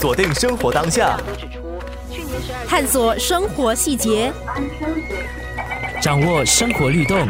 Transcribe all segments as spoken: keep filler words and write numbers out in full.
锁定生活当下， 探索生活细节， 掌握生活律动，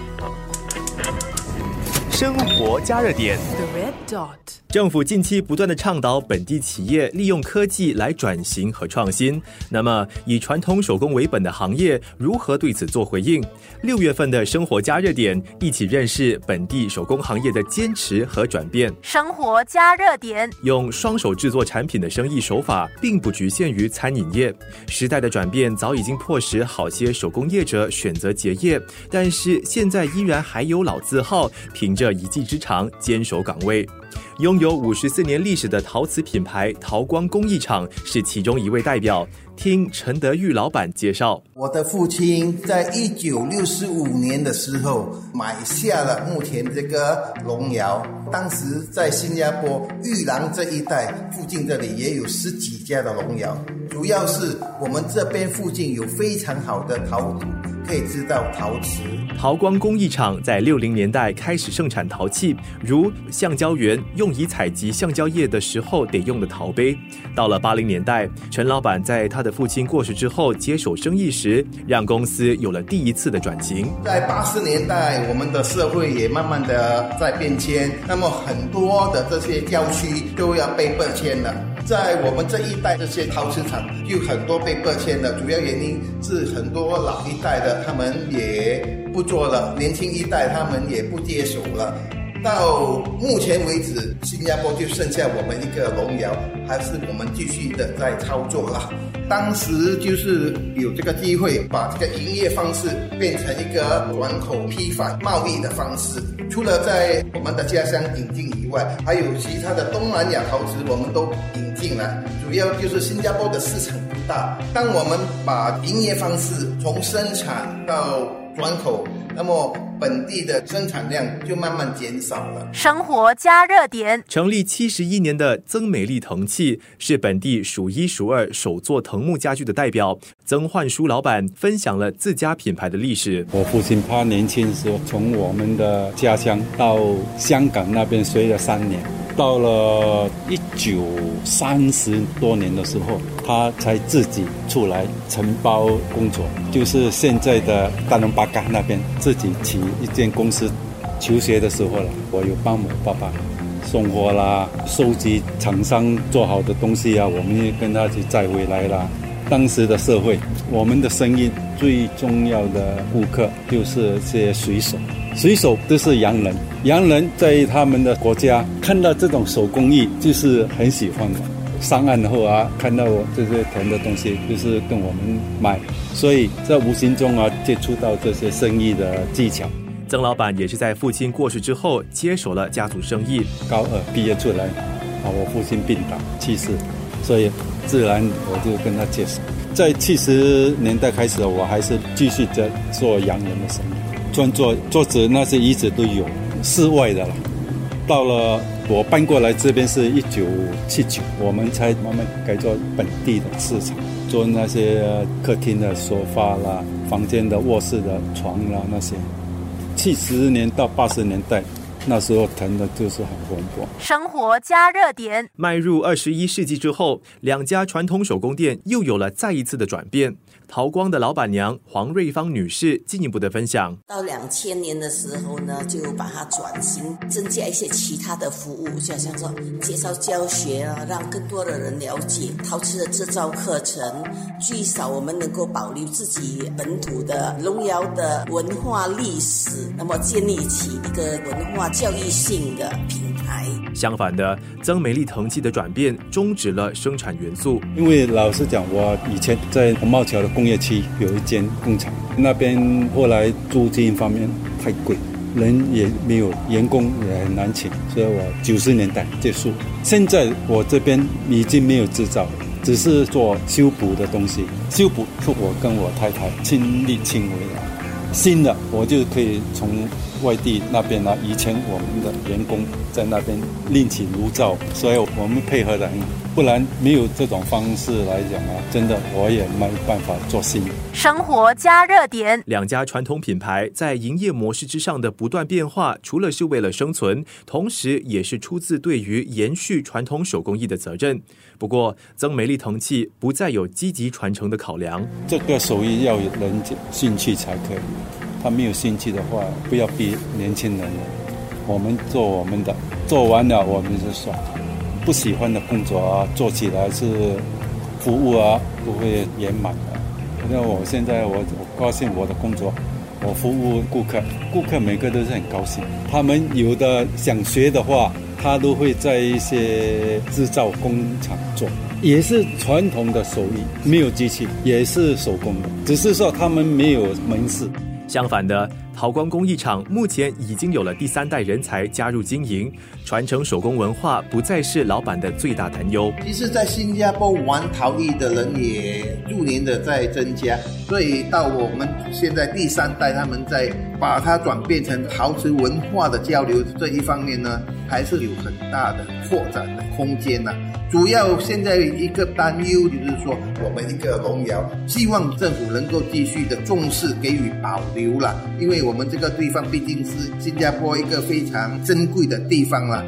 生活加热点。政府近期不断地倡导本地企业利用科技来转型和创新。那么，以传统手工为本的行业如何对此做回应？六月份的生活加热点，一起认识本地手工行业的坚持和转变。 生活加热点， 用双手制作产品的生意手法，并不局限于餐饮业。时代的转变早已经迫使好些手工业者选择结业，但是现在依然还有老字号凭着一技之长坚守岗位。拥有五十四年历史的陶瓷品牌陶光工艺厂是其中一位代表。听陈德玉老板介绍， 我的父亲在一九六五年的时候买下了目前这个龙窑，当时在新加坡玉廊这一带附近这里也有十几家的龙窑，主要是我们这边附近有非常好的陶土，可以制造陶瓷。 陶光工艺厂在六零年代开始生产陶器，如橡胶园用以采集橡胶叶的时候得用的陶杯。到了八零年代，陈老板在他的父亲过世之后接手生意时，让公司有了第一次的转型。 在八十年代，我们的社会也慢慢的在变迁，那么很多的这些郊区都要被迫迁了。在我们这一代，这些陶瓷厂有很多被迫迁的，主要原因是很多老一代的他们也不做了，年轻一代他们也不接手了。到目前为止，新加坡就剩下我们一个龙窑，还是我们继续的在操作了。当时就是有这个机会，把这个营业方式变成一个转口批发贸易的方式。除了在我们的家乡引进以外，还有其他的东南亚陶瓷我们都引进了。主要就是新加坡的市场不大，当我们把营业方式从生产到转口，那么本地的生产量就慢慢减少了。 生活加热点， 成立七十一年的曾美丽藤器是本地数一数二手做藤木家具的代表。曾焕书老板分享了自家品牌的历史。 我父亲他年轻时候从我们的家乡到香港那边学了三年，到了一九三十多年的时候，他才自己出来承包工作，就是现在的大龙巴嘎那边自己起一间公司。求学的时候了，我有帮我爸爸送货啦，收集厂商做好的东西啊，我们也跟他去载回来啦。当时的社会，我们的生意最重要的顾客就是这些水手，水手都是洋人，洋人在他们的国家看到这种手工艺就是很喜欢的。上岸后啊，看到这些甜的东西，就是跟我们买，所以在无形中啊接触到这些生意的技巧。 曾老板也是在父亲过世之后接手了家族生意。 高二毕业出来，啊，我父亲病倒去世，所以自然我就跟他接手。在七十年代开始，我还是继续在做洋人的生意，专做桌子那些椅子都有，室外的了。到了我搬过来这边是一九七九，我们才慢慢改做本地的市场，做那些客厅的沙发啦，房间的卧室的床啦那些。七十年到八十年代，那时候谈的就是很蓬勃。 生活加热点， 迈入二十一世纪之后，两家传统手工店又有了再一次的转变。陶光的老板娘黄瑞芳女士进一步的分享， 到两千年的时候呢，就把它转型，增加一些其他的服务，就像说介绍教学啊，让更多的人了解陶瓷的制造课程，最少我们能够保留自己本土的龙窑的文化历史，那么建立起一个文化教育性的品牌。 相反的，曾美丽藤器的转变终止了生产元素。 因为老实讲，我以前在红帽桥的工业区有一间工厂，那边后来租金方面太贵，人也没有，员工也很难请，所以我九十年代结束。现在我这边已经没有制造了，只是做修补的东西，修补是我跟我太太亲力亲为的。新的我就可以从外地那边呢，以前我们的员工在那边另起炉灶，所以我们配合的很好，不然没有这种方式来讲啊，真的我也没办法做生意。 生活加热点， 两家传统品牌在营业模式之上的不断变化，除了是为了生存，同时也是出自对于延续传统手工艺的责任。不过，曾美丽藤器不再有积极传承的考量。 这个手艺要有人兴趣才可以，他没有兴趣的话，不要逼年轻人。我们做我们的，做完了我们就算。不喜欢的工作啊，做起来是服务啊，不会圆满的。因为我现在我我高兴我的工作，我服务顾客，顾客每个都是很高兴。他们有的想学的话，他都会在一些制造工厂做，也是传统的手艺，没有机器，也是手工的，只是说他们没有门市。 相反的，陶光工艺厂目前已经有了第三代人才加入经营，传承手工文化不再是老板的最大担忧。 其实在新加坡玩陶艺的人也逐年的在增加，所以到我们现在第三代，他们在把它转变成陶瓷文化的交流这一方面呢，还是有很大的扩展的空间呢、啊。主要现在一个担忧就是说，我们一个龙窑，希望政府能够继续的重视，给予保留了，因为我们这个地方毕竟是新加坡一个非常珍贵的地方了。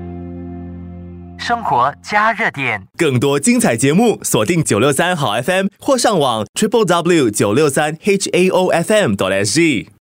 生活加热点， 更多精彩节目锁定九六三好 F M 或上网 triple w 九六三 h a o f m dot s g。